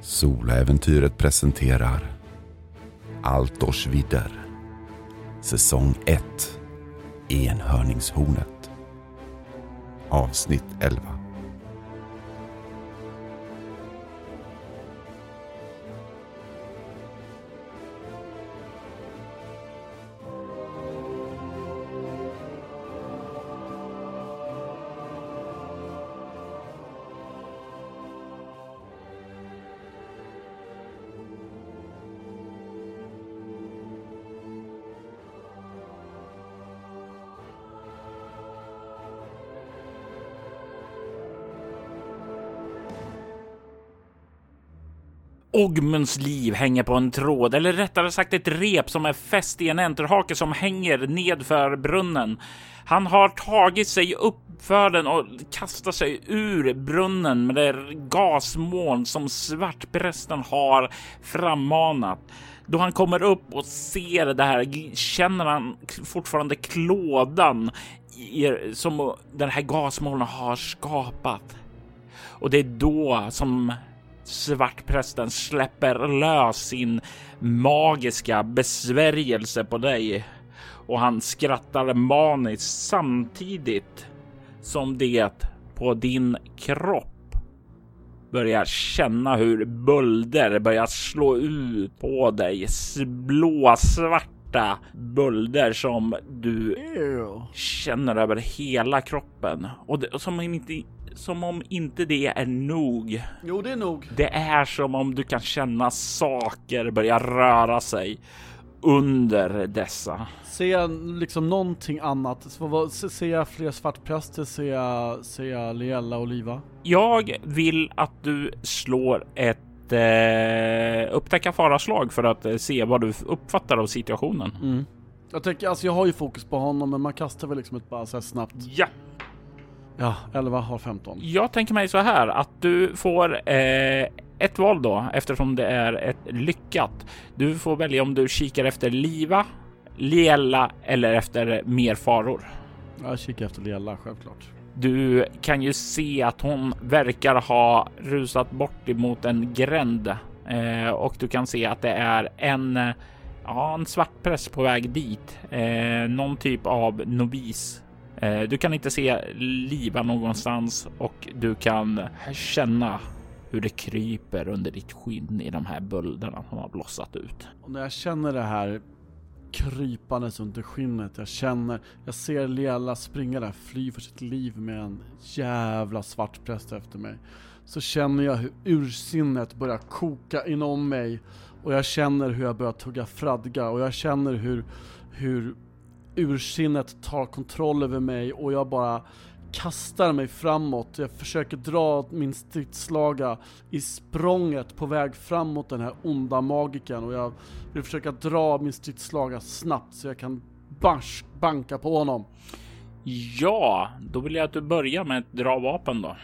Soläventyret presenterar Altors vidder. Säsong 1. Enhörningshornet. Avsnitt 11. Ogmunds liv hänger på en tråd, eller rättare sagt ett rep som är fäst i en enterhake som hänger nedför brunnen. Han har tagit sig upp för den och kastat sig ur brunnen med det gasmoln som svartprästen har frammanat. Då han kommer upp och ser det här känner han fortfarande klådan som den här gasmolnen har skapat. Och det är då som svartprästen släpper lös sin magiska besvärjelse på dig och han skrattar maniskt samtidigt som det på din kropp börjar känna hur bölder börjar slå ut på dig. Blå svarta bölder som du känner över hela kroppen och som om inte det är nog. Jo, det är nog. Det är som om du kan känna saker börja röra sig under dessa. Ser jag liksom någonting annat? Ser jag fler svartpräster? Ser jag Liella och Liva? Jag vill att du slår ett upptäcka faraslag för att se vad du uppfattar av situationen. Mm. Jag tänker, alltså jag har ju fokus på honom, men man kastar väl liksom ett bara så här snabbt. Ja. Ja, 11 har 15. Jag tänker mig så här att du får ett val då, eftersom det är ett lyckat. Du får välja om du kikar efter Liva, Liella eller efter mer faror. Jag kikar efter Liella, självklart. Du kan ju se att hon verkar ha rusat bort emot en gränd och du kan se att det är en svartpräst på väg dit. Någon typ av novis. Du kan inte se Liva någonstans och du kan känna hur det kryper under ditt skinn i de här bölderna som har blossat ut. Och när jag känner det här krypandes under skinnet, jag ser Liella springa där, fly för sitt liv med en jävla svartpräst efter mig. Så känner jag hur ursinnet börjar koka inom mig och jag känner hur jag börjar tugga fradga och jag känner hur ursinnet tar kontroll över mig och jag bara kastar mig framåt. Jag försöker dra min stridslaga i språnget på väg framåt den här onda magiken och jag vill försöka dra min stridslaga snabbt så jag kan banka på honom. Ja, då vill jag att du börjar med ett dravapen då.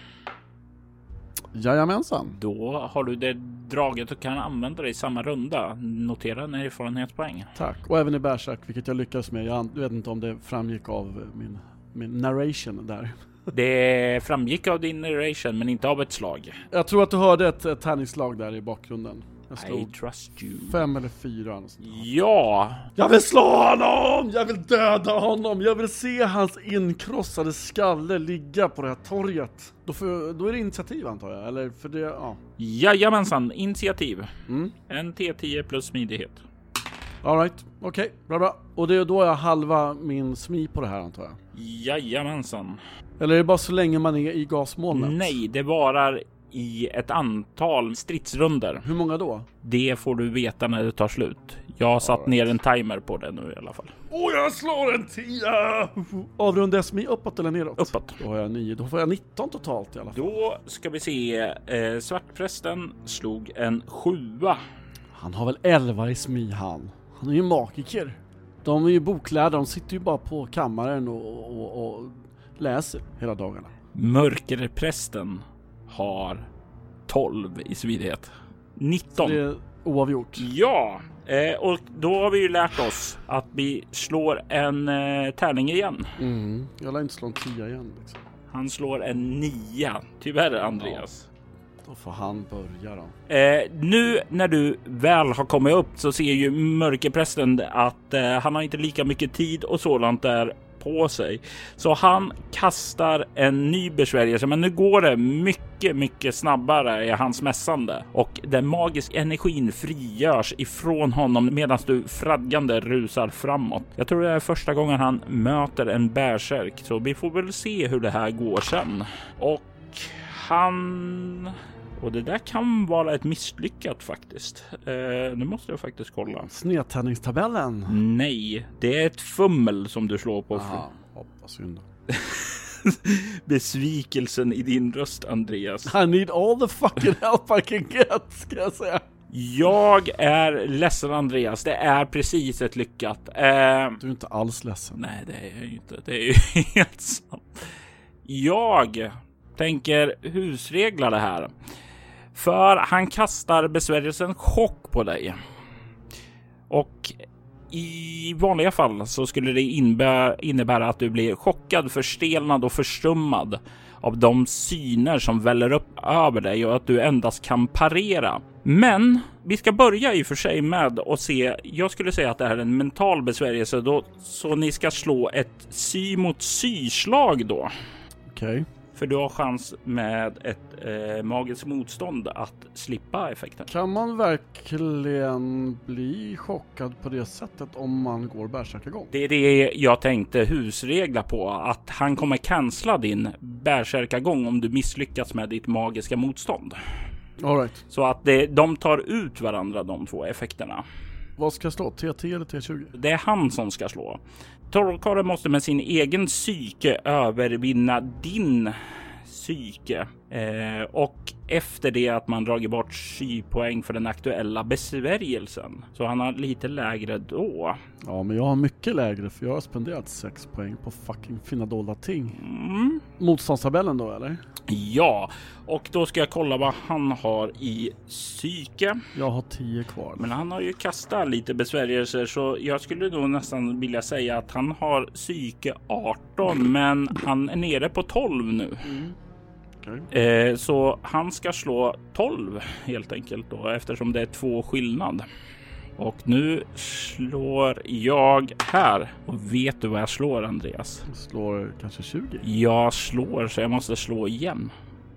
Jajamensan. Då har du det draget och kan använda det i samma runda. Notera en erfarenhetspoäng. Tack. Och även i Berserk, vilket jag lyckades med. Jag vet inte om det framgick av min narration där. Det framgick av din narration, men inte av ett slag. Jag tror att du hörde ett tärningsslag där i bakgrunden. I trust you. 5 eller 4. Ja. Jag vill slå honom! Jag vill döda honom! Jag vill se hans inkrossade skalle ligga på det här torget. Då är det initiativ antar jag, eller för det, ja. Jajamensan, initiativ. En T10 plus smidighet. All right, okej, bra. Och det är då jag halva min smi på det här antar jag. Jajamensan. Eller är det bara så länge man är i gasmolnet? Nej, det varar i ett antal stridsrunder. Hur många då? Det får du veta när det tar slut. Jag har satt ner en timer på det nu i alla fall. Jag slår en 10! Avrunda SMI uppåt eller neråt? Uppåt. Då har jag 9. Då får jag 19 totalt i alla fall. Då ska vi se. Svartprästen slog en 7. Han har väl 11 i SMI han. Han är ju magiker. De är ju boklärda. De sitter ju bara på kammaren och läser hela dagarna. Mörkerprästen har 12 i smidighet. 19. Så det är oavgjort. Ja, och då har vi ju lärt oss att vi slår en tärning igen. Jag lär inte slå en 10 igen liksom. Han slår en 9. Tyvärr, Andreas. Ja. Då får han börja då. Nu när du väl har kommit upp så ser ju mörkerprästen att han har inte lika mycket tid och sådant där på sig. Så han kastar en ny besvärjelse, men nu går det mycket snabbare i hans mässande och den magiska energin frigörs ifrån honom medan du fradgande rusar framåt. Jag tror det är första gången han möter en bärsärk, så vi får väl se hur det här går sen. Och det där kan vara ett misslyckat faktiskt. Nu måste jag faktiskt kolla. Snedtändningstabellen? Nej, det är ett fummel som du slår på. Hoppas synd. Besvikelsen i din röst, Andreas. I need all the fucking help I can get, ska jag säga. Jag är ledsen, Andreas. Det är precis ett lyckat. Du är inte alls ledsen. Nej, det är jag ju inte. Det är ju helt sant. Jag tänker husregla det här. För han kastar besvärjelsen chock på dig. Och i vanliga fall så skulle det innebära att du blir chockad, förstelnad och förstummad av de syner som väller upp över dig och att du endast kan parera. Men vi ska börja i och för sig med att se, jag skulle säga att det här är en mental besvärjelse då, så ni ska slå ett sy mot syslag då. Okej. För du har chans med ett magiskt motstånd att slippa effekten. Kan man verkligen bli chockad på det sättet om man går bärsärkagång? Det är det jag tänkte husregla på. Att han kommer cancella din bärsärkagång om du misslyckas med ditt magiska motstånd. All right. Så att de tar ut varandra, de två effekterna. Vad ska jag slå? T10 eller T20? Det är han som ska slå. Trollkarlen måste med sin egen psyke övervinna din psyke. Och efter det att man dragit bort psypoäng för den aktuella besvärjelsen. Så han har lite lägre då. Ja, men jag har mycket lägre för jag har spenderat 6 poäng på fucking fina dolda ting. Motståndstabellen då, eller? Ja, och då ska jag kolla vad han har i psyke. Jag har 10 kvar. Men han har ju kastat lite besvärjelser, så jag skulle då nästan vilja säga att han har psyke 18, men han är nere på 12 nu. Okay. Så han ska slå 12 helt enkelt då, eftersom det är 2 skillnad. Och nu slår jag här. Och vet du vad jag slår, Andreas? Jag slår kanske 20. Jag slår, så jag måste slå igen.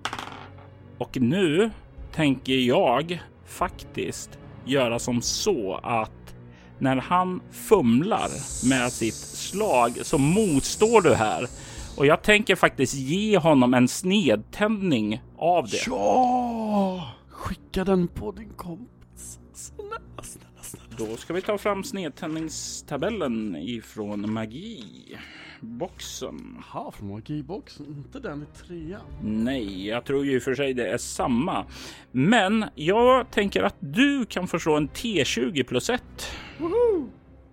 Och nu tänker jag faktiskt göra som så att när han fumlar med sitt slag så motstår du här. Och jag tänker faktiskt ge honom en snedtändning av det. Ja! Skicka den på din kompis. Snälla. Då ska vi ta fram snedtändningstabellen ifrån magiboxen. Jaha, från magiboxen. Inte den i 3. Nej, jag tror ju för sig det är samma. Men jag tänker att du kan få slå en T20 plus 1. Woho!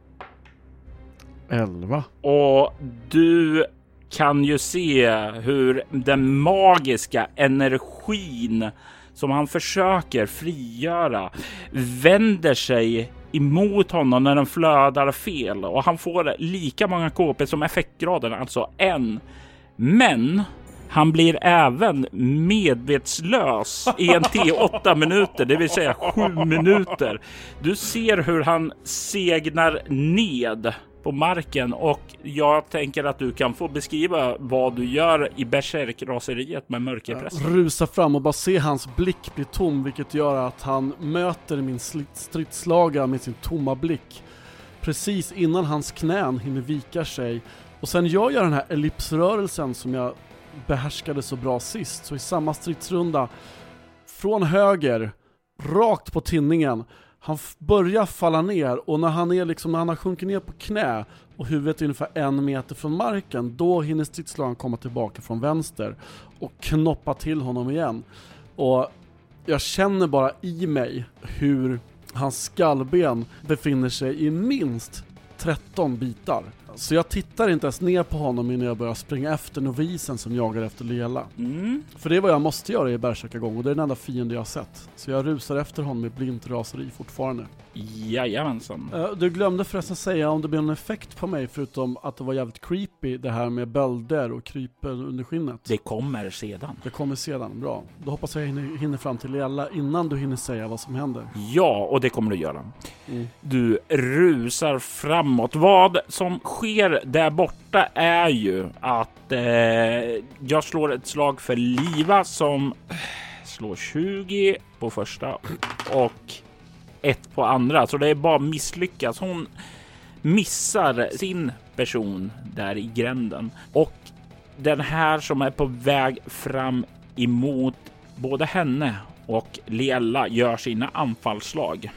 11. Och du kan ju se hur den magiska energin som han försöker frigöra vänder sig emot honom när den flödar fel. Och han får lika många KP som effektgraden, alltså 1. Men han blir även medvetslös i en T8 minuter, det vill säga 7 minuter. Du ser hur han segnar ned på marken och jag tänker att du kan få beskriva vad du gör i berserkraseriet med mörkerprästen. Rusa fram och bara se hans blick bli tom, vilket gör att han möter min stridslaga med sin tomma blick precis innan hans knän hinner vika sig. Och sen gör jag den här ellipsrörelsen som jag behärskade så bra sist. Så i samma stridsrunda från höger rakt på tinningen. Han börjar falla ner och när han har sjunkit ner på knä och huvudet är ungefär 1 meter från marken, då hinner stridslagaren komma tillbaka från vänster och knoppa till honom igen. Och jag känner bara i mig hur hans skallben befinner sig i minst 13 bitar. Så jag tittar inte ens ner på honom innan jag börjar springa efter novisen som jagar efter Lela. För det är vad jag måste göra i berserkargång och det är den enda fiende jag har sett. Så jag rusar efter honom med blint raseri fortfarande. Jajamensan. Du glömde förresten säga om det blir någon effekt på mig förutom att det var jävligt creepy det här med bölder och kryper under skinnet. Det kommer sedan. Det kommer sedan, bra. Då hoppas jag hinner fram till Lela innan du hinner säga vad som händer. Ja, och det kommer du göra. Du rusar framåt. Vad som sker där borta är ju att jag slår ett slag för Liva som slår 20 på första och 1 på andra. Så det är bara misslyckas. Hon missar sin person där i gränden. Och den här som är på väg fram emot både henne och Lela gör sina anfallsslag.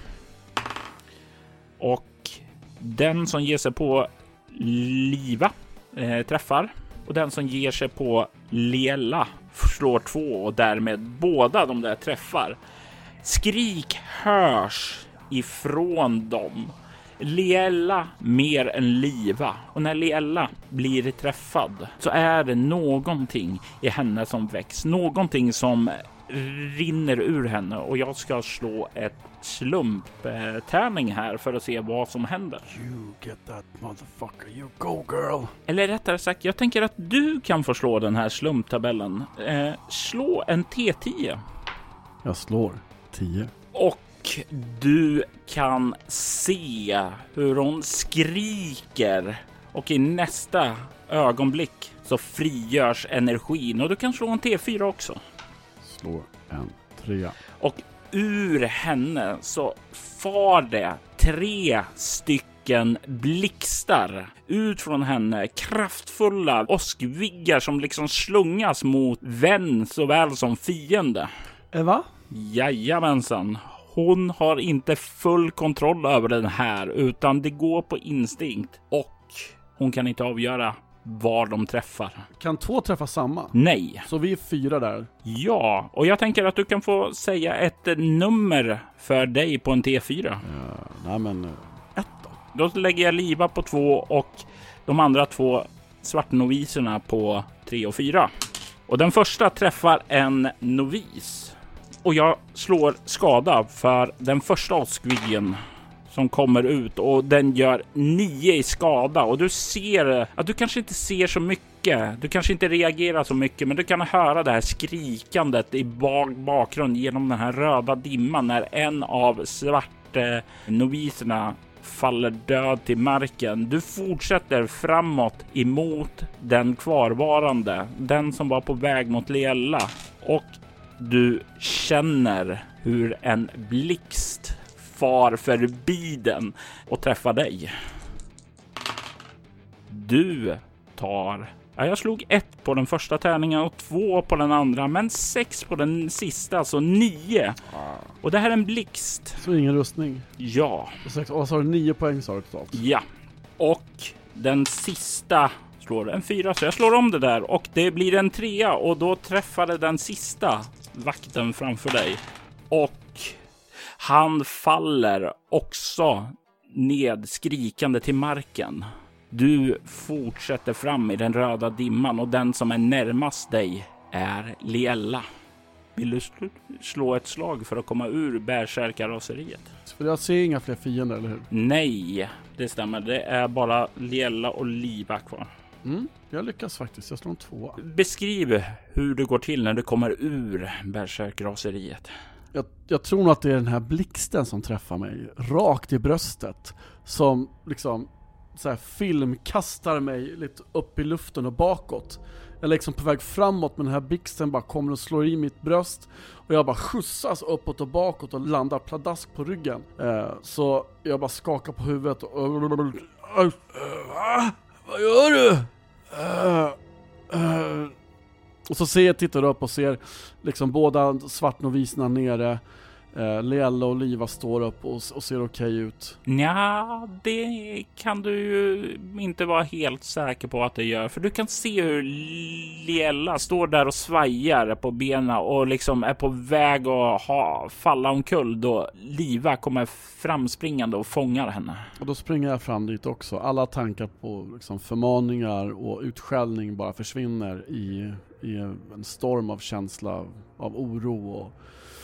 Och den som ger sig på Liva träffar. Och den som ger sig på Lela slår 2 och därmed båda de där träffar. Skrik hörs ifrån dem. Lela mer än Liva. Och när Lela blir träffad så är det någonting i henne som väcks. Någonting som rinner ur henne. Och jag ska slå ett slumptärning här för att se vad som händer. You get that motherfucker, you go girl. Eller rättare sagt, jag tänker att du kan få slå den här slumptabellen. Slå en T10. Jag slår 10. Och du kan se hur hon skriker. Och i nästa ögonblick så frigörs energin. Och du kan slå en T4 också. Slår en 3. Och ur henne så far det 3 stycken blixtar ut från henne. Kraftfulla åskviggar som liksom slungas mot vän såväl som fiende. Eva? Jajamensan. Hon har inte full kontroll över den här utan det går på instinkt. Och hon kan inte avgöra var de träffar. Kan 2 träffa samma? Nej. Så vi är 4 där? Ja, och jag tänker att du kan få säga ett nummer för dig på en T4. Nej men 1 då. Då lägger jag Liva på 2 och de andra 2 svartnoviserna på 3 och 4. Och den första träffar en novis. Och jag slår skada för den första åskviggen som kommer ut och den gör 9 i skada. Och du ser att du kanske inte ser så mycket. Du kanske inte reagerar så mycket, men du kan höra det här skrikandet i bakgrund genom den här röda dimman när en av noviserna faller död till marken. Du fortsätter framåt emot den kvarvarande, den som var på väg mot Lela. Och du känner hur en blixt far förbi den och träffar dig. Du tar... Ja, jag slog 1 på den första tärningen och 2 på den andra, men 6 på den sista, alltså 9. Och det här är en blixt. Så ingen rustning? Ja. Och så har du 9 poäng sa du totalt? Ja. Och den sista slår en 4, så jag slår om det där och det blir en 3 och då träffade den sista vakten framför dig. Och han faller också ned skrikande till marken. Du fortsätter fram i den röda dimman och den som är närmast dig är Lela. Vill du slå ett slag för att komma ur bärsärkarraseriet? För jag ser inga fler fiender, eller hur? Nej, det stämmer. Det är bara Lela och Liva kvar. Jag lyckas faktiskt. Jag slår en 2. Beskriv hur det går till när du kommer ur bärsärkraseriet. Jag tror nog att det är den här blixten som träffar mig rakt i bröstet, som liksom så här filmkastar mig lite upp i luften och bakåt. Jag är liksom på väg framåt, men den här blixten bara kommer och slår i mitt bröst och jag bara skjutsas uppåt och bakåt och landar pladask på ryggen. Så jag bara skakar på huvudet och vad gör du? Och så tittar jag upp och ser liksom båda svartnoviserna nere. Liella och Liva står upp och ser okej ut. Ja, det kan du ju inte vara helt säker på att det gör. För du kan se hur Liella står där och svajar på benen och liksom är på väg att falla omkull då Liva kommer framspringande och fångar henne. Och då springer jag fram dit också. Alla tankar på liksom förmaningar och utskällning bara försvinner i en storm av känsla av oro och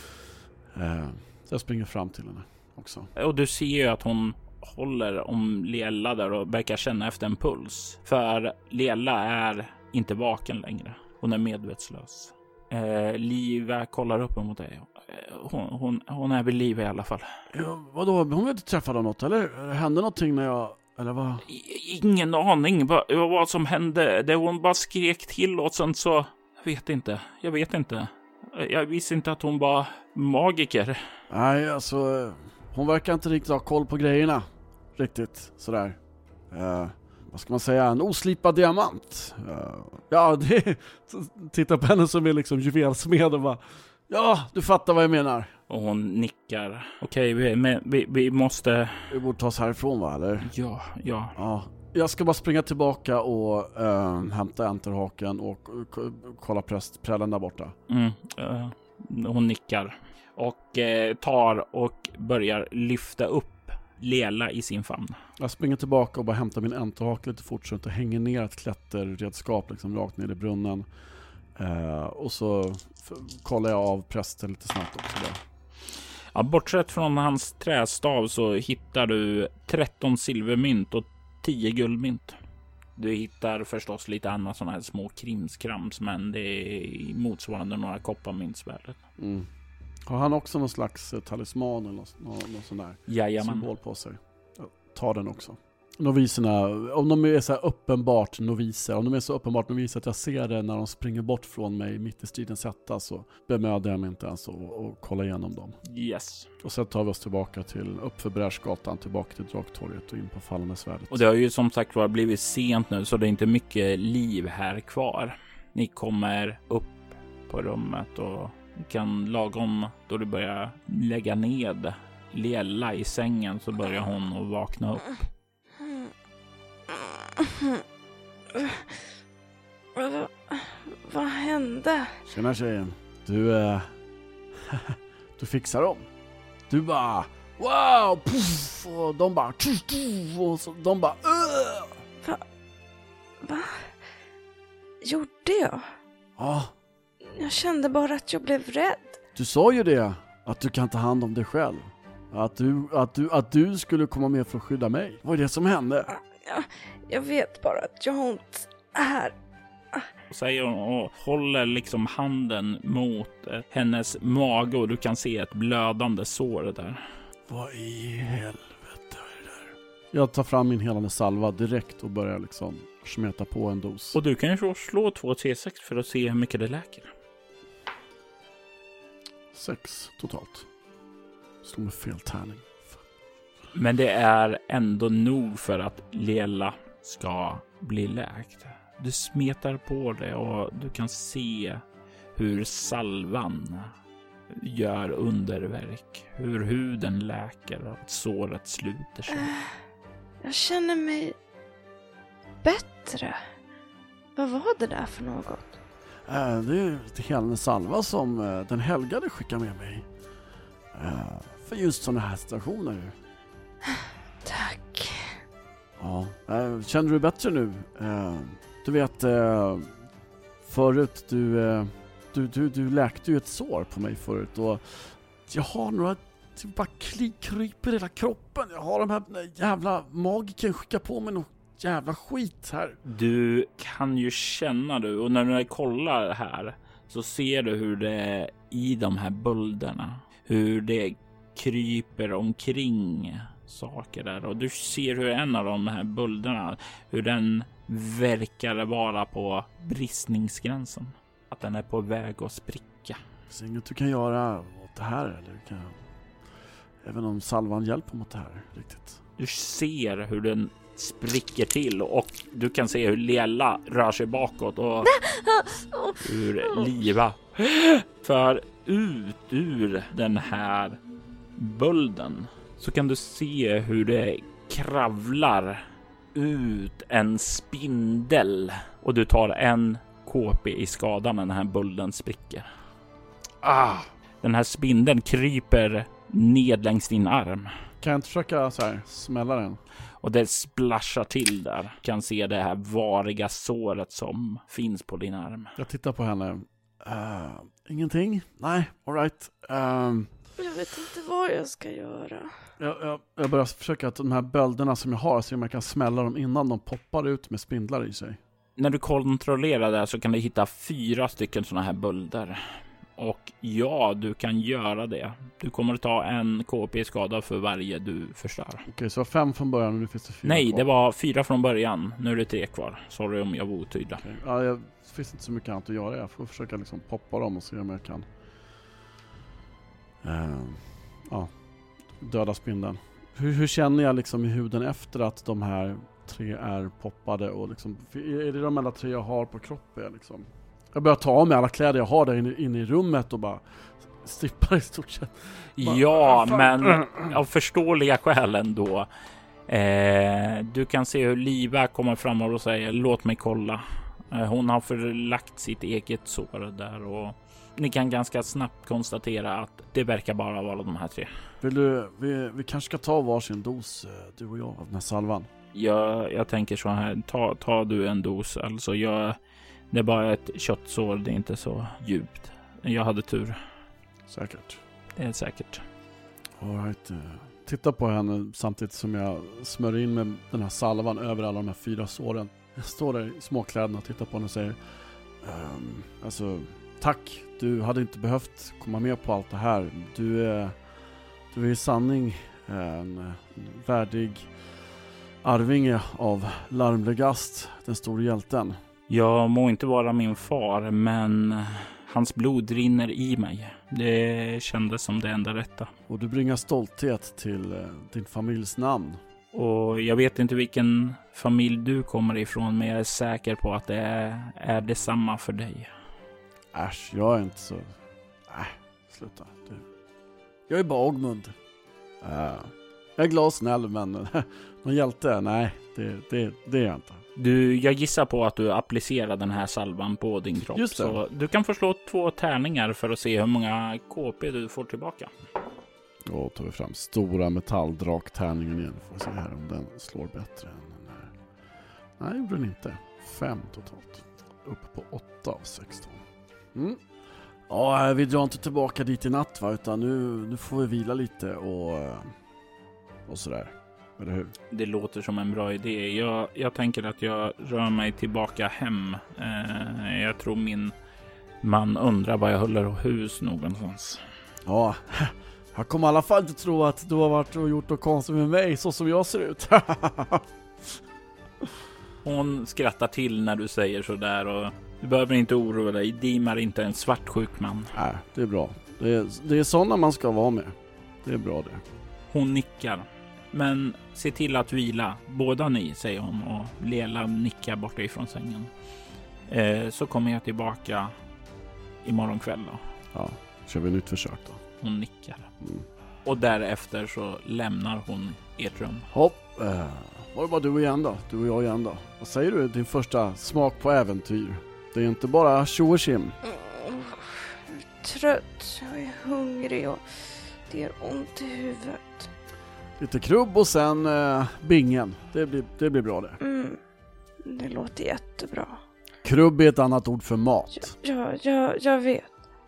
så jag springer fram till henne också. Och du ser ju att hon håller om Liella där och verkar känna efter en puls. För Liella är inte vaken längre. Hon är medvetslös. Liva kollar upp mot dig. Hon är vid liv i alla fall. Ja, vadå? Hon vill inte träffa något eller? Hände någonting när jag... Eller vad? Ingen aning vad som hände. Det hon bara skrek till och sen så... Jag vet inte. Jag visste inte att hon var magiker. Nej, alltså... Hon verkar inte riktigt ha koll på grejerna. Riktigt, sådär. Vad ska man säga? En oslipad diamant. Ja, det... Titta på henne som är liksom juvelsmed och bara... Ja, du fattar vad jag menar. Och hon nickar. Okej, vi måste... Vi borde ta oss härifrån, va, eller? Ja. Jag ska bara springa tillbaka och hämta enterhaken och kolla prästprällen där borta. Hon nickar. Och tar och börjar lyfta upp Liella i sin famn. Jag springer tillbaka och bara hämtar min enterhake lite fort så att jag hänger ner ett klätterredskap liksom rakt ner i brunnen. Och så kollar jag av prästen lite snabbt också där. Ja, bortsett från hans trästav så hittar du 13 silvermynt och 10 guldmynt. Du hittar förstås lite annat sådana här små krimskrams, men det är motsvarande några kopparmyntsvärdet. Har han också någon slags talisman eller någon sån där symbol på sig? Jag tar den också. Noviserna, om de är så här uppenbart noviser, om de är så uppenbart noviser att jag ser det när de springer bort från mig mitt i stridens hetta, så bemödar jag mig inte ens och kolla igenom dem. Yes. Och sen tar vi oss tillbaka upp för Brärsgatan, tillbaka till Draktorget och in på Fallande svärdet. Och det har ju som sagt var blivit sent nu, så det är inte mycket liv här kvar. Ni kommer upp på rummet och kan lagom då du börjar lägga ned Liella i sängen så börjar hon att vakna upp. Vad hände? Tjena tjejen. Du fixar dem. Du bara wow, puff, och de bara och så, de bara Va? Gjorde jag? Ja. Jag kände bara att jag blev rädd. Du sa ju det, att du kan ta hand om dig själv. Att du skulle komma med för att skydda mig. Vad är det som hände? Jag vet bara att jag har ont här. Säger hon och håller liksom handen mot hennes mage och du kan se ett blödande sår där. Vad i helvete är det där? Jag tar fram min helande salva direkt och börjar liksom smeta på en dos. Och du kan ju slå 2 T6 för att se hur mycket det läker. 6 totalt. Slår med fel tärning. Men det är ändå nog för att Liella ska bli läkt. Du smetar på det och du kan se hur salvan gör underverk. Hur huden läker och såret sluter sig. Jag känner mig bättre. Vad var det där för något? Det är lite helande salva som den helgade skickar med mig. För just sådana här situationer. Tack. Ja, känner du bättre nu? Du vet, förut du läkte ju ett sår på mig förut och jag har några typ bara kryper i hela kroppen. Jag har de här jävla magiken skicka på mig något jävla skit här. Du kan ju känna du, och när du kollar här så ser du hur det i de här bölderna, hur det kryper omkring saker där, och du ser hur en av de här bölderna, hur den verkar vara på bristningsgränsen, att den är på väg att spricka. Det är inget du kan göra åt det här, eller kan även om salvan hjälper mot det här riktigt. Du ser hur den spricker till och du kan se hur Liella rör sig bakåt och hur Liva För ut ur den här bölden så kan du se hur det kravlar ut en spindel. Och du tar en KP i skadan när den här bölden spricker. Den här spindeln kryper ned längs din arm. Kan jag inte försöka så här smälla den? Och det splashar till där. Kan se det här variga såret som finns på din arm. Jag tittar på henne. Ingenting? Nej, all right. Jag vet inte vad jag ska göra. Jag börjar försöka att de här bölderna som jag har, så man kan smälla dem innan de poppar ut med spindlar i sig. När du kontrollerar det så kan du hitta 4 stycken sådana här bölder. Och ja, du kan göra det. Du kommer att ta en KP skada för varje du förstör. Okej, så 5 från början och nu finns det 4 Nej, kvar. det var 4 från början. Nu är det 3 kvar. Sorry om jag var otydlig. Okay. Ja, det finns inte så mycket annat att göra. Jag får försöka liksom poppa dem och se om jag kan döda spindeln. Hur känner jag liksom i huden efter att de här 3 är poppade? Och liksom, är det de alla 3 jag har på kroppen? Liksom? Jag börjar ta av mig alla kläder jag har där inne i rummet och bara strippar i stort sett. Ja, men av förståeliga skäl ändå. Du kan se hur Liva kommer fram och säger låt mig kolla. Hon har förlagt sitt eget sår där och ni kan ganska snabbt konstatera att det verkar bara vara de här 3. Vi kanske ska ta varsin dos, du och jag, av den här salvan. Jag tänker så här, ta du en dos. Alltså det är bara ett köttsår, det är inte så djupt. Jag hade tur. Säkert. Det är säkert. All right. Titta på henne samtidigt som jag smörjer in med den här salvan över alla de här 4 såren. Jag står där i småkläderna och tittar på henne och säger alltså, tack. Du hade inte behövt komma med på allt det här. Du är i sanning en värdig arvinge av Larmlegast, den stora hjälten. Jag må inte vara min far, men hans blod rinner i mig. Det kändes som det enda rätta. Och du bringar stolthet till din familjs namn. Och jag vet inte vilken familj du kommer ifrån, men jag är säker på att det är detsamma för dig. Äsch, jag är inte så... sluta. Du. Jag är bara Ogmund. Jag är glad och snäll, men någon hjälte? Nej, det är jag inte. Jag gissar på att du applicerar den här salvan på din kropp. Just det. Så du kan få slå 2 tärningar för att se hur många KP du får tillbaka. Då tar vi fram stora metalldrak-tärningen igen. Får se här om den slår bättre än den här. Nej, gjorde den inte. 5 totalt. Upp på 8 av 16. Ja, vi drar inte tillbaka dit i natt, va? Utan nu får vi vila lite och sådär. Eller hur? Det låter som en bra idé. Jag tänker att jag rör mig tillbaka hem. Jag tror min man undrar vad jag håller hus någonstans. Ja, jag kommer i alla fall inte tro att du har varit och gjort något konstigt med mig så som jag ser ut. Hon skrattar till när du säger sådär och du behöver inte oroa dig. Dimar är inte en svartsjuk man. Nej, det är bra. Det är sådana man ska vara med. Det är bra det. Hon nickar. Men se till att vila. Båda ni, säger hon och Lela nickar borta ifrån sängen. Så kommer jag tillbaka imorgon kväll då. Ja, kör vi nytt försök då. Hon nickar. Och därefter så lämnar hon ert rum. Hopp, var det bara du igen då? Du och jag igen då? Vad säger du? Din första smak på äventyr. Det är inte bara tjo och tjim. Jag är trött, jag är hungrig och det gör ont i huvudet. Lite krubb och sen bingen. Det blir bra det. Det låter jättebra. Krubb är ett annat ord för mat. Jag vet.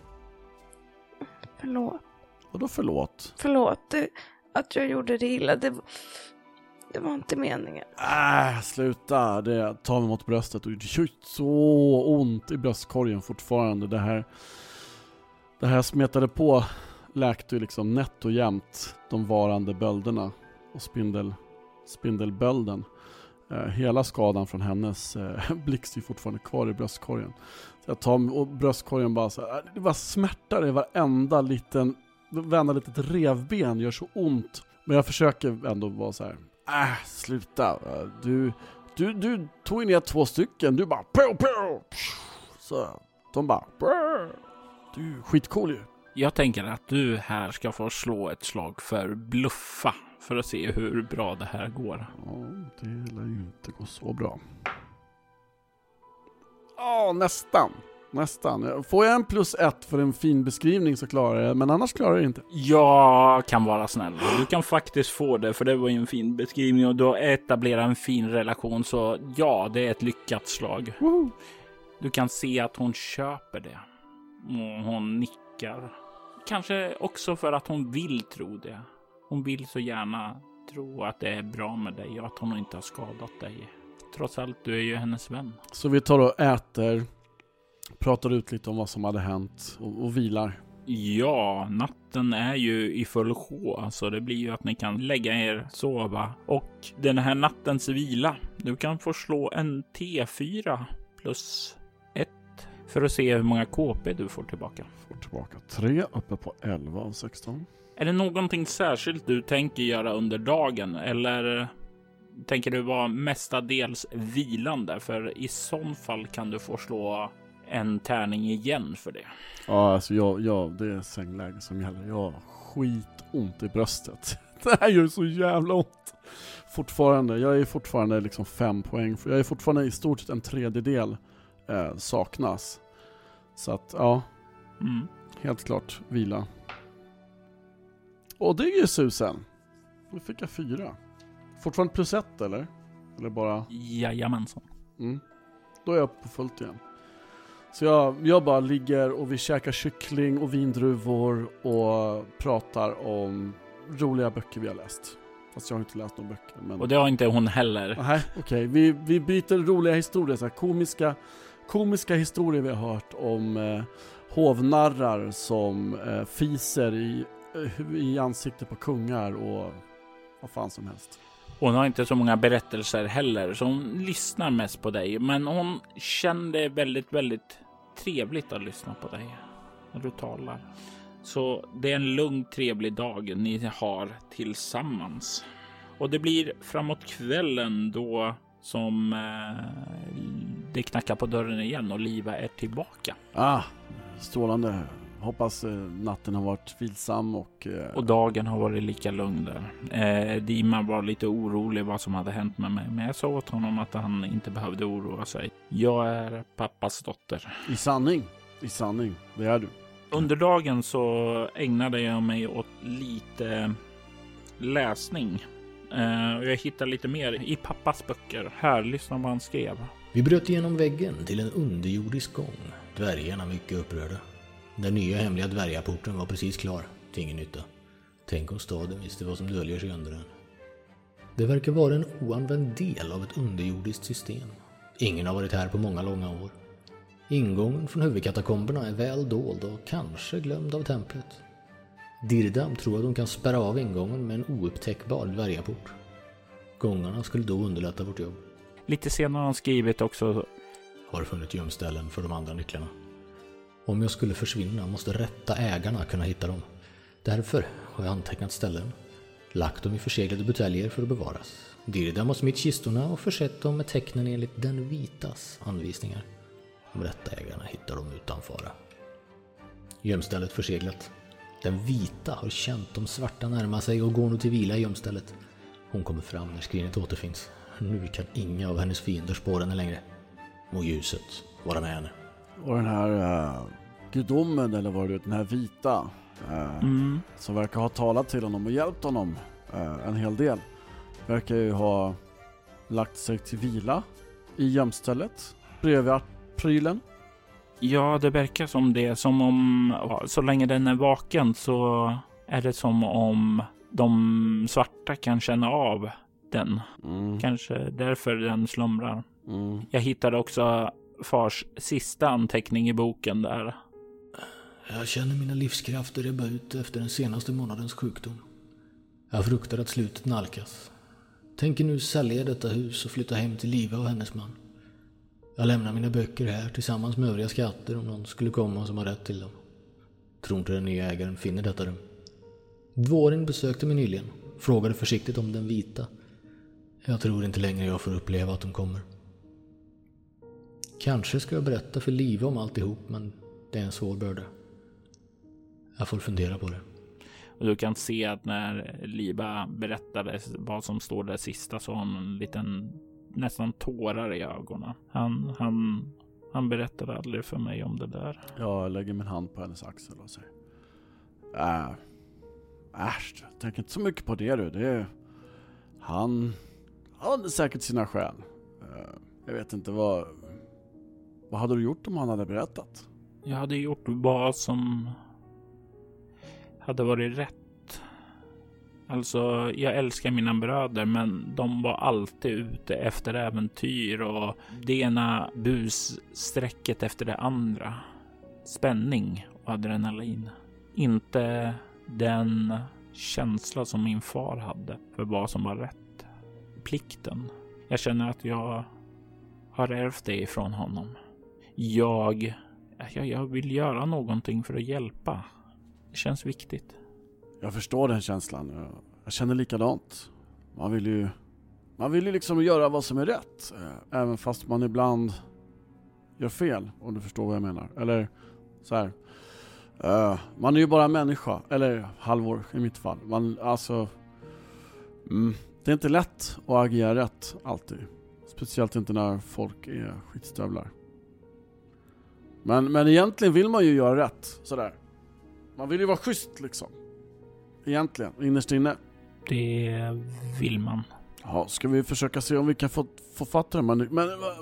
Förlåt. Vadå förlåt? Förlåt att jag gjorde det illa. Det var inte meningen. Sluta. Det tar mig mot bröstet och det gör så ont i bröstkorgen fortfarande. Det här smetade på läkte ju liksom nätt och jämnt de varande bölderna och spindelbölden. Hela skadan från hennes blixt är fortfarande kvar i bröstkorgen. Så jag tar och bröstkorgen bara så här, det var smärta i varenda litet revben gör så ont. Men jag försöker ändå vara så här, sluta. Du tog ner 2 stycken, du bara pow. Så de bara Du är skitcool ju. Jag tänker att du här ska få slå ett slag för bluffa för att se hur bra det här går. Ja, det lär ju inte gå så bra. Nästan. Får jag en +1 för en fin beskrivning så klarar jag det, men annars klarar jag det inte. Jag kan vara snäll. Du kan faktiskt få det, för det var ju en fin beskrivning och du har etablerat en fin relation, så ja, det är ett lyckat slag. Woho! Du kan se att hon köper det. Och hon nickar. Kanske också för att hon vill tro det. Hon vill så gärna tro att det är bra med dig och att hon inte har skadat dig. Trots allt, du är ju hennes vän. Så vi tar och äter, pratar ut lite om vad som hade hänt och vilar. Ja, natten är ju i full sjå, så det blir ju att ni kan lägga er sova. Och den här nattens vila, du kan få slå en T4 +1 för att se hur många KP du får tillbaka. Får tillbaka 3, uppe på 11 av 16. Är det någonting särskilt du tänker göra under dagen, eller tänker du vara mestadels vilande? För i sån fall kan du få slå en tärning igen för det. Ja, alltså det är sängläge som gäller. Jag har skitont i bröstet. Det här gör så jävla ont. Fortfarande, jag är fortfarande liksom 5 poäng. Jag är fortfarande i stort sett en tredjedel saknas. Så att, ja. Helt klart vila. Och det är ju susen. Då fick jag 4. Fortfarande +1 eller? Eller bara? Jajamensan. Då är jag på fullt igen. Så jag bara ligger och vi käkar kyckling och vindruvor och pratar om roliga böcker vi har läst. Fast jag har inte läst några böcker. Men... Och det har inte hon heller. Nej, okej. Vi byter roliga historier. Så här, komiska historier vi har hört om hovnarrar som fiser i ansiktet på kungar och vad fan som helst. Hon har inte så många berättelser heller, så hon lyssnar mest på dig. Men hon kände väldigt, väldigt trevligt att lyssna på dig när du talar. Så det är en lugn, trevlig dag ni har tillsammans. Och det blir framåt kvällen då som det knackar på dörren igen och Liva är tillbaka. Strålande. Hoppas natten har varit vilsam och dagen har varit lika lugn där. Dima var lite orolig vad som hade hänt med mig, men jag sa åt honom att han inte behövde oroa sig. Jag är pappas dotter. I sanning, det är du. Under dagen så ägnade jag mig åt lite läsning. Jag hittade lite mer i pappas böcker. Här, lyssna vad han skrev. Vi bröt igenom väggen till en underjordisk gång. Dvärgarna mycket upprörda. Den nya hemliga dvärgaporten var precis klar, till ingen nytta. Tänk om staden visste vad som döljer sig under den. Det verkar vara en oanvänd del av ett underjordiskt system. Ingen har varit här på många långa år. Ingången från huvudkatakomberna är väl dold och kanske glömd av templet. Dirdam tror att de kan spärra av ingången med en oupptäckbar dvärgaport. Gångarna skulle då underlätta vårt jobb. Lite senare har han skrivit också. Har funnit gömställen för de andra nycklarna. Om jag skulle försvinna måste rätta ägarna kunna hitta dem. Därför har jag antecknat ställen. Lagt dem i förseglade buteljer för att bevaras. Dirdam har smitt kistorna och försett dem med tecknen enligt den vitas anvisningar. De rätta ägarna hittar dem utan fara. Gömstället förseglat. Den vita har känt de svarta närma sig och går nu till vila i gömstället. Hon kommer fram när skrinet återfinns. Nu kan inga av hennes fiender spåra henne längre. Må ljuset vara med henne. Och den här gudomen, eller vad det är, den här vita som verkar ha talat till honom och hjälpt honom en hel del, verkar ju ha lagt sig till vila i gömstället bredvid prylen. Ja, det verkar som det. Som om så länge den är vaken så är det som om de svarta kan känna av den. Kanske därför den slumrar. Jag hittade också fars sista anteckning i boken där. Jag känner mina livskrafter ebba ut efter den senaste månadens sjukdom. Jag fruktar att slutet nalkas. Tänker nu sälja detta hus och flytta hem till Liva och hennes man. Jag lämnar mina böcker här tillsammans med övriga skatter om någon skulle komma som har rätt till dem. Tror inte den nya ägaren finner detta rum. Dvåren besökte mig nyligen. Frågade försiktigt om den vita. Jag tror inte längre jag får uppleva att de kommer. Kanske ska jag berätta för Liva om alltihop, men det är en svår börda. Jag får fundera på det. Och du kan se att när Liba berättade vad som står där sista så har hon en liten nästan tårar i ögonen. Han berättade aldrig för mig om det där. Jag lägger min hand på hennes axel och säger: äsch, tänk inte så mycket på det du. Han hade säkert sina skäl. Jag vet inte vad hade du gjort om han hade berättat? Jag hade gjort vad som hade varit rätt. Alltså, jag älskar mina bröder, men de var alltid ute efter äventyr och det ena bussträcket efter det andra. Spänning och adrenalin. Inte den känsla som min far hade för vad som var rätt. Plikten. Jag känner att jag har ärvt det ifrån honom. Jag vill göra någonting för att hjälpa. Det känns viktigt. Jag förstår den känslan. Jag känner likadant. Man vill ju liksom göra vad som är rätt. Även fast man ibland gör fel, om du förstår vad jag menar. Eller så här. Man är ju bara människa. Eller halvår i mitt fall. Det är inte lätt att agera rätt alltid. Speciellt inte när folk är skitstövlar. Men egentligen vill man ju göra rätt. Sådär. Man vill ju vara schysst liksom. Egentligen, innerst inne. Det vill man. Ja, ska vi försöka se om vi kan få fatta det. Men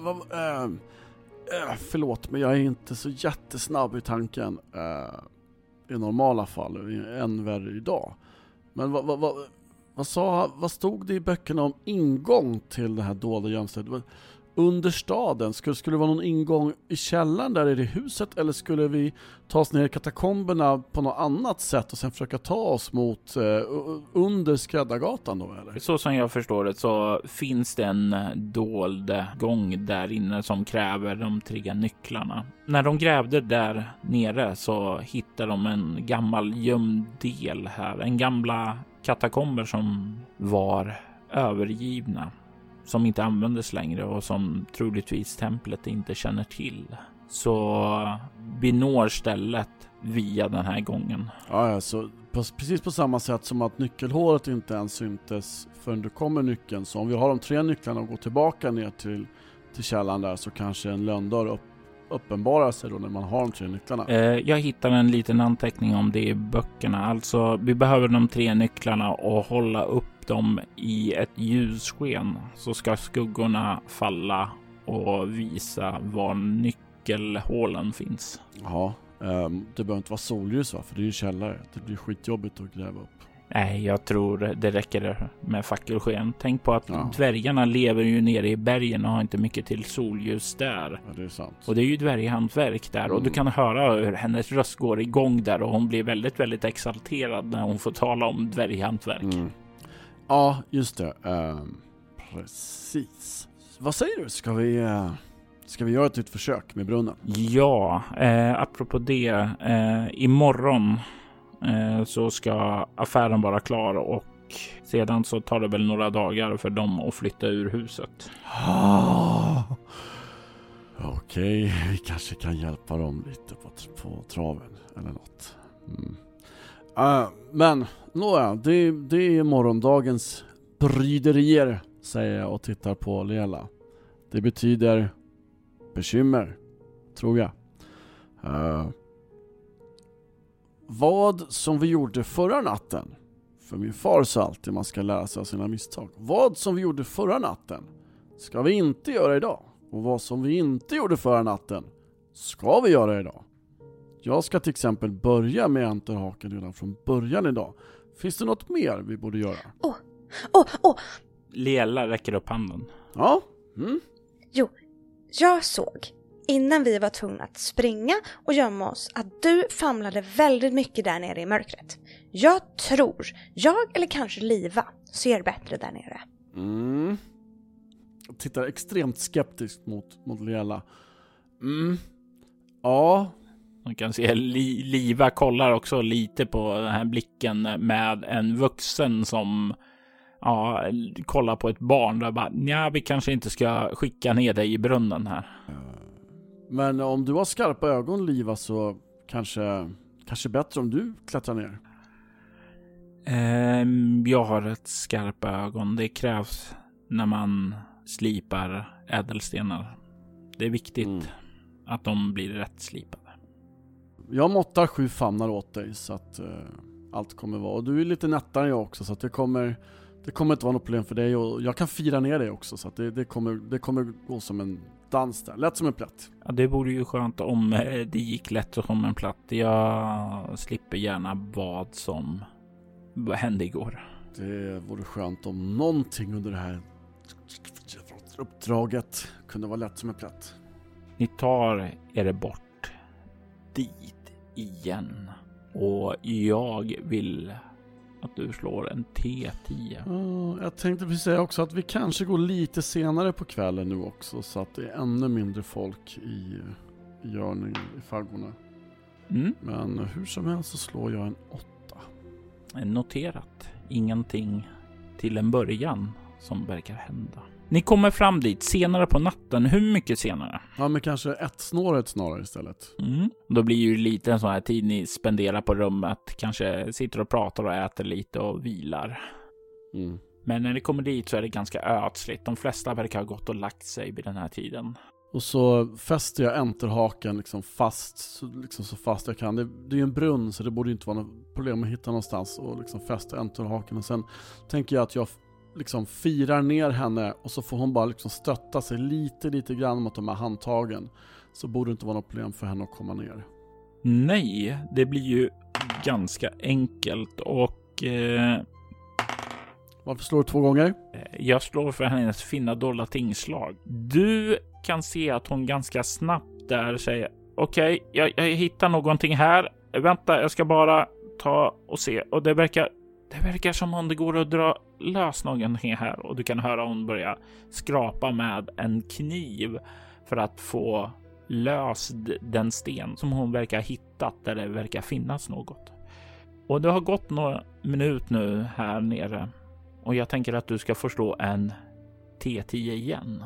förlåt, men jag är inte så jättesnabb i tanken. I normala fall. Än värre idag. Men vad stod det i böckerna om ingång till det här dolda gömstället? Under staden, skulle det vara någon ingång i källaren där i det huset, eller skulle vi ta oss ner i katakomberna på något annat sätt och sen försöka ta oss mot under Skräddargatan då, eller? Så som jag förstår det så finns det en dold gång där inne som kräver de 3 nycklarna. När de grävde där nere så hittade de en gammal gömd del här, en gamla katakomber som var övergivna. Som inte användes längre och som troligtvis templet inte känner till. Så vi når stället via den här gången. Ja, så precis på samma sätt som att nyckelhålet inte ens syntes förrän du kommer nyckeln. Så om vi har de 3 nycklarna och går tillbaka ner till källan där, så kanske en lönndörr uppenbarar sig då när man har de 3 nycklarna. Jag hittar en liten anteckning om det i böckerna. Alltså, vi behöver de 3 nycklarna och hålla upp dem i ett ljussken, så ska skuggorna falla och visa var nyckelhålen finns. Ja, det behöver inte vara solljus, va? För det är ju källare. Det blir skitjobbigt att gräva upp. Nej, jag tror det räcker med fackelsken. Tänk på att dvärgarna lever ju nere i bergen och har inte mycket till solljus där. Ja, det är sant. Och det är ju dvärghantverk där. Och du kan höra hur hennes röst går igång där och hon blir väldigt, väldigt exalterad när hon får tala om dvärghantverk. Ja, just det. Precis. Vad säger du? Ska vi göra ett nytt försök med brunnen? Ja, apropå det. Imorgon så ska affären vara klar och sedan så tar det väl några dagar för dem att flytta ur huset. Okej, vi kanske kan hjälpa dem lite på traven eller något. Men nåja, det är morgondagens bryderier, säger jag och tittar på Lela. Det betyder bekymmer, tror jag. Vad som vi gjorde förra natten, för min far sa alltid man ska lära sig av sina misstag. Vad som vi gjorde förra natten ska vi inte göra idag. Och vad som vi inte gjorde förra natten ska vi göra idag. Jag ska till exempel börja med enterhaken redan från början idag. Finns det något mer vi borde göra? Lela räcker upp handen. Ja. Jo, jag såg innan vi var tvungna att springa och gömma oss att du famlade väldigt mycket där nere i mörkret. Jag tror, eller kanske Liva, ser bättre där nere. Jag tittar extremt skeptiskt mot Lela. Ja. Man kan se Liva kollar också lite på den här blicken med en vuxen som kollar på ett barn där bara, vi kanske inte ska skicka ner dig i brunnen här. Men om du har skarpa ögon, Liva, så kanske Kanske bättre om du klättrar ner. Jag har ett skarpa ögon. Det krävs när man slipar ädelstenar. Det är viktigt att de blir rätt slipade. Jag måttar 7 famnar åt dig så att allt kommer vara. Och du är lite nättare än jag också, så att det kommer inte vara något problem för dig. Och jag kan fira ner dig också, så att det kommer gå som en dans där. Lätt som en plätt. Ja, det vore ju skönt om det gick lätt som en platt. Jag slipper gärna vad som hände igår. Det vore skönt om någonting under det här uppdraget kunde vara lätt som en plätt. Ni tar er bort dit igen. Och jag vill att du slår en T10. Jag tänkte precis säga också att vi kanske går lite senare på kvällen nu också, så att det är ännu mindre folk i görning i faggorna. Men hur som helst så slår jag en 8. Noterat. Ingenting till en början som verkar hända. Ni kommer fram dit senare på natten. Hur mycket senare? Ja, men kanske ett snarare istället. Då blir ju lite en sån här tid ni spenderar på rummet. Kanske sitter och pratar och äter lite och vilar. Men när ni kommer dit så är det ganska ödsligt. De flesta verkar ha gått och lagt sig vid den här tiden. Och så fäster jag enterhaken liksom så fast jag kan. Det är ju en brunn, så det borde inte vara något problem att hitta någonstans. Och liksom fästa enterhaken. Och sen tänker jag att jag liksom firar ner henne, och så får hon bara liksom stötta sig lite grann mot de här handtagen. Så borde det inte vara något problem för henne att komma ner. Nej, det blir ju ganska enkelt. Och varför slår du 2 gånger? Jag slår för hennes fina dolda tingslag. Du kan se att hon ganska snabbt där säger: Okej, jag hittar någonting här. Vänta, jag ska bara ta och se. Och det verkar som om det går att dra lös någonting här. Och du kan höra hon börja skrapa med en kniv för att få lös den sten som hon verkar ha hittat där det verkar finnas något. Och det har gått några minuter nu här nere. Och jag tänker att du ska förstå en T10 igen.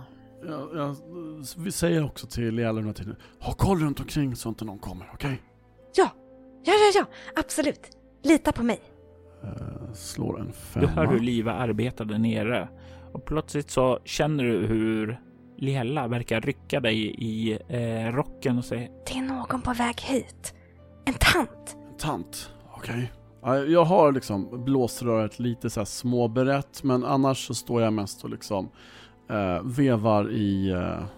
Vi säger också till Elena till ha koll runt omkring så inte någon kommer, okej? Ja, absolut. Lita på mig. Slår en 5. Du hör hur Liva arbetar där nere. Och plötsligt så känner du hur Liella verkar rycka dig i rocken och säger: Det är någon på väg hit. En tant. En tant, okej. Jag har liksom blåsröret lite så här småberett, men annars så står jag mest och liksom vevar i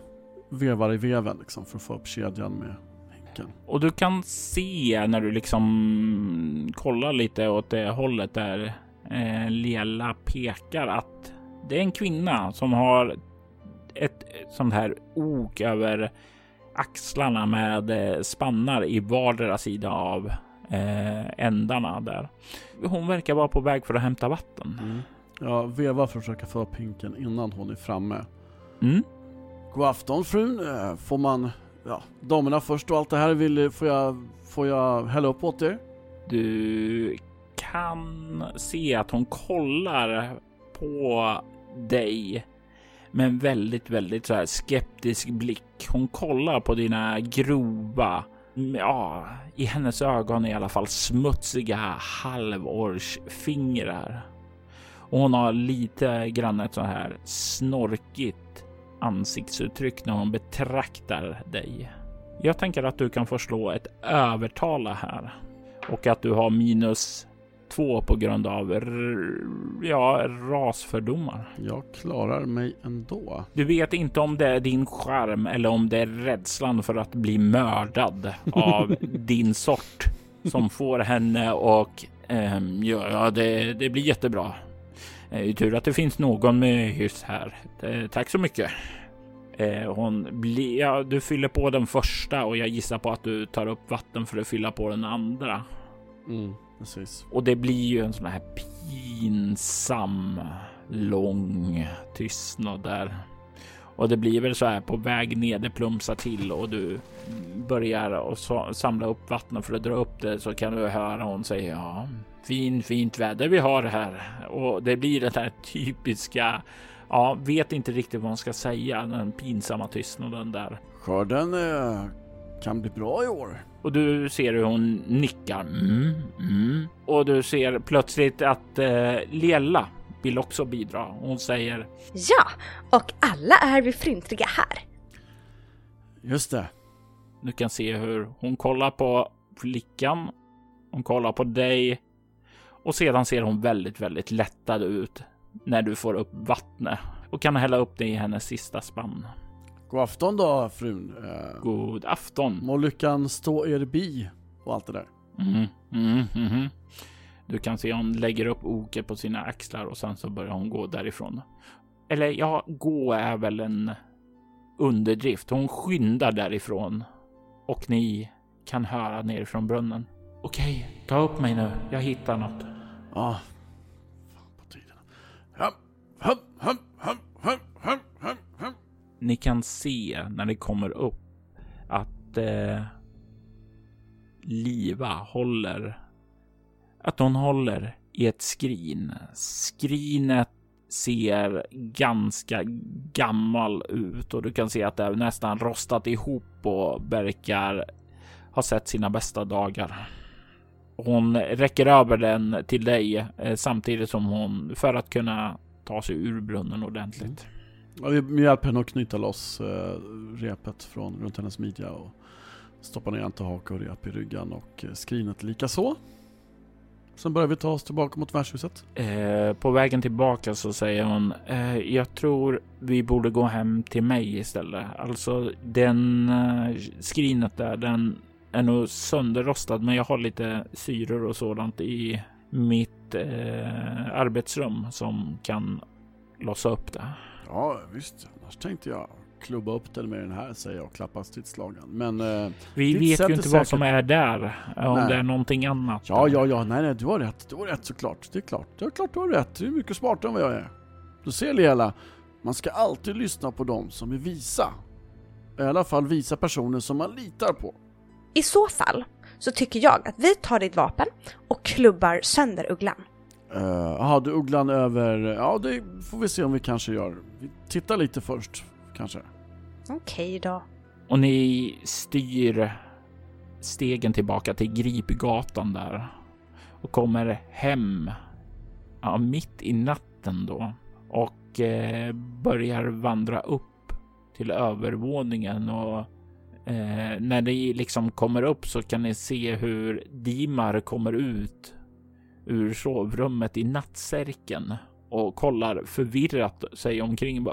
veven liksom för att få upp kedjan med hinken. Och du kan se när du liksom kollar lite åt det hållet där Liella pekar att det är en kvinna som har ett sånt här ok över axlarna med spannar i vardera sida av ändarna där. Hon verkar vara på väg för att hämta vatten. Jag vevar för att försöka få upp hinken innan hon är framme. God afton, frun. Får man damerna först och allt det här får jag hälla upp åt er? Du kan se att hon kollar på dig med en väldigt, väldigt så här skeptisk blick. Hon kollar på dina grova, i hennes ögon i alla fall smutsiga halvårsfingrar. Och hon har lite grann ett så här snorkigt ansiktsuttryck när hon betraktar dig. Jag tänker att du kan förslå ett övertala här. Och att du har -2 på grund av rasfördomar. Jag klarar mig ändå. Du vet inte om det är din charm eller om det är rädslan för att bli mördad av din sort som får henne och det blir jättebra. Det är tur att det finns någon med hyss här. Tack så mycket. Du fyller på den första och jag gissar på att du tar upp vatten för att fylla på den andra. Precis. Och det blir ju en sån här pinsam lång tystnad där. Och det blir väl så här på väg ner, det plumsar till och du börjar och samla upp vatten för att dra upp det, så kan du höra hon säga fint väder vi har här. Och det blir den här typiska, vet inte riktigt vad man ska säga, den pinsamma tystnaden där. Skörden kan bli bra i år. Och du ser hur hon nickar. Och du ser plötsligt att Liella vill också bidra. Hon säger: Ja, och alla är vi fryntliga här. Just det. Du kan se hur hon kollar på flickan. Hon kollar på dig. Och sedan ser hon väldigt, väldigt lättad ut när du får upp vattnet. Och kan hälla upp det i hennes sista spann. God afton då, frun. God afton. Må lyckan stå er bi och allt det där. Du kan se hon lägger upp oket på sina axlar och sen så börjar hon gå därifrån. Eller ja, gå är väl en underdrift. Hon skyndar därifrån och ni kan höra nerifrån brunnen. Okej, ta upp mig nu. Jag hittar något. Ja, fan på tiden. Ni kan se när det kommer upp att Liva håller i ett skrin. Skrinet ser ganska gammal ut och du kan se att det är nästan rostat ihop och verkar ha sett sina bästa dagar. Hon räcker över den till dig samtidigt som hon, för att kunna ta sig ur brunnen ordentligt. Ja, vi hjälper henne att knyta loss repet från runt hennes midja och stoppa ner enterhake och rep i ryggen och skrinet lika så. Sen börjar vi ta oss tillbaka mot värdshuset. På vägen tillbaka så säger hon: jag tror vi borde gå hem till mig istället. Alltså den skrinet där, den är nog sönderrostad, men jag har lite syror och sådant i mitt arbetsrum som kan lossa upp det. Ja, visst. Annars tänkte jag klubba upp den med den här, säger jag och klappa stridsslagen. Men vi vet ju inte vad som är där. Om det är någonting annat. Ja. Nej, du har rätt. Du har rätt såklart. Det är klart du har rätt. Du är mycket smartare än vad jag är. Du ser, Liella, man ska alltid lyssna på dem som är visa. I alla fall visa personer som man litar på. I så fall så tycker jag att vi tar ditt vapen och klubbar sönder ugglan. Du ugglan över... Ja, det får vi se om vi kanske gör. Vi tittar lite först, kanske. Okej då. Och ni styr stegen tillbaka till Gripgatan där. Och kommer hem mitt i natten då. Och börjar vandra upp till övervåningen. Och när ni liksom kommer upp så kan ni se hur Dimar kommer ut ur sovrummet i nattsärken och kollar förvirrat sig omkring.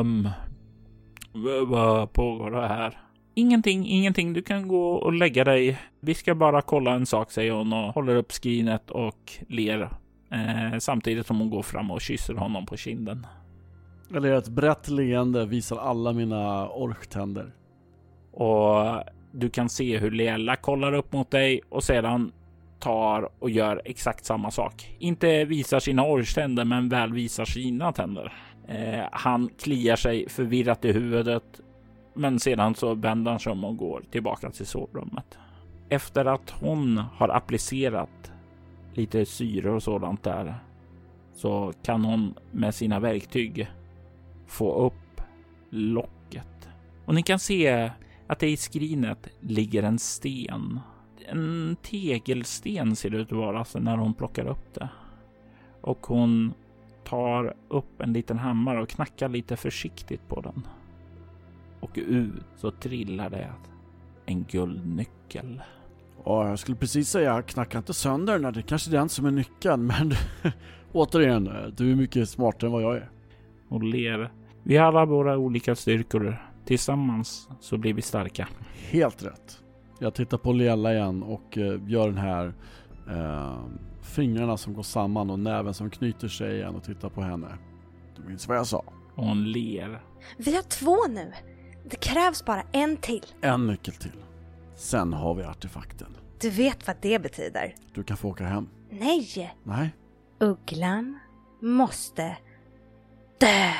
Vad pågår det här? Ingenting. Du kan gå och lägga dig. Vi ska bara kolla en sak, säger hon och håller upp skrinet och ler. Samtidigt som hon går fram och kysser honom på kinden. Eller ett brett leende visar alla mina orktänder. Och du kan se hur Liella kollar upp mot dig och sedan tar och gör exakt samma sak. Inte visar sina orktänder, men väl visar sina tänder. Han kliar sig förvirrat i huvudet, men sedan så vänder han sig om och går tillbaka till sovrummet. Efter att hon har applicerat lite syre och sådant där, så kan hon med sina verktyg få upp locket. Och ni kan se att det i skrinet ligger en sten. En tegelsten ser det ut att vara när hon plockar upp det. Och hon tar upp en liten hammare och knackar lite försiktigt på den. Och ut så trillar det en guldnyckel. Ja, jag skulle precis säga, knacka inte sönder den. Det är kanske den som är nyckeln, men återigen, du är mycket smartare än vad jag är. Och ler. Vi har alla våra olika styrkor. Tillsammans så blir vi starka. Helt rätt. Jag tittar på Liella igen och gör den här fingrarna som går samman och näven som knyter sig igen och tittar på henne. Du minns vad jag sa. Och hon ler. Vi har 2 nu. Det krävs bara en till. En nyckel till. Sen har vi artefakten. Du vet vad det betyder. Du kan få åka hem. Nej. Nej. Ugglan måste dö.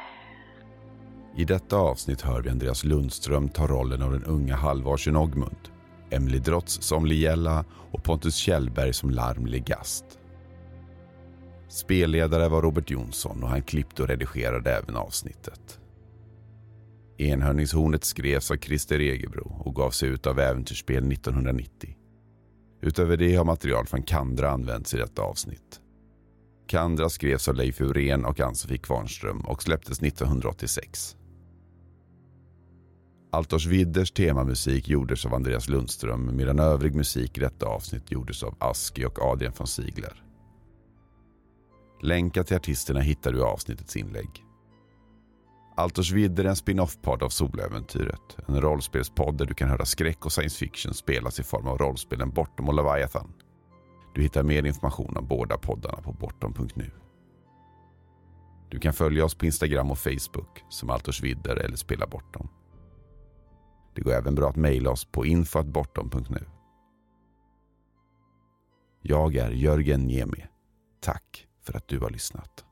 I detta avsnitt hör vi Andreas Lundström ta rollen av den unga halvarsen Ogmund, Emily Drotz som Liella och Pontus Kjellberg som Larm Legast. Spelledare var Robert Jonsson och han klippte och redigerade även avsnittet. Enhörningshornet skrevs av Christer Egebro och gavs ut av Äventyrsspel 1990. Utöver det har material från Kandra använts i detta avsnitt. Kandra skrevs av Leif Urén och Ann-Sofie Kvarnström och släpptes 1986. Altors Vidders temamusik gjordes av Andreas Lundström, medan övrig musik i detta avsnitt gjordes av Aski och Adrian von Ziegler. Länkar till artisterna hittar du i avsnittets inlägg. Altors Vidder är en spin-off-podd av Soläventyret, en rollspelspodd där du kan höra skräck och science fiction spelas i form av rollspelen Bortom och Leviathan. Du hittar mer information om båda poddarna på bortom.nu. Du kan följa oss på Instagram och Facebook som Altors Vidder eller Spela Bortom. Det går även bra att mejla oss på info@bortom.nu. Jag är Jörgen Niemi. Tack för att du har lyssnat.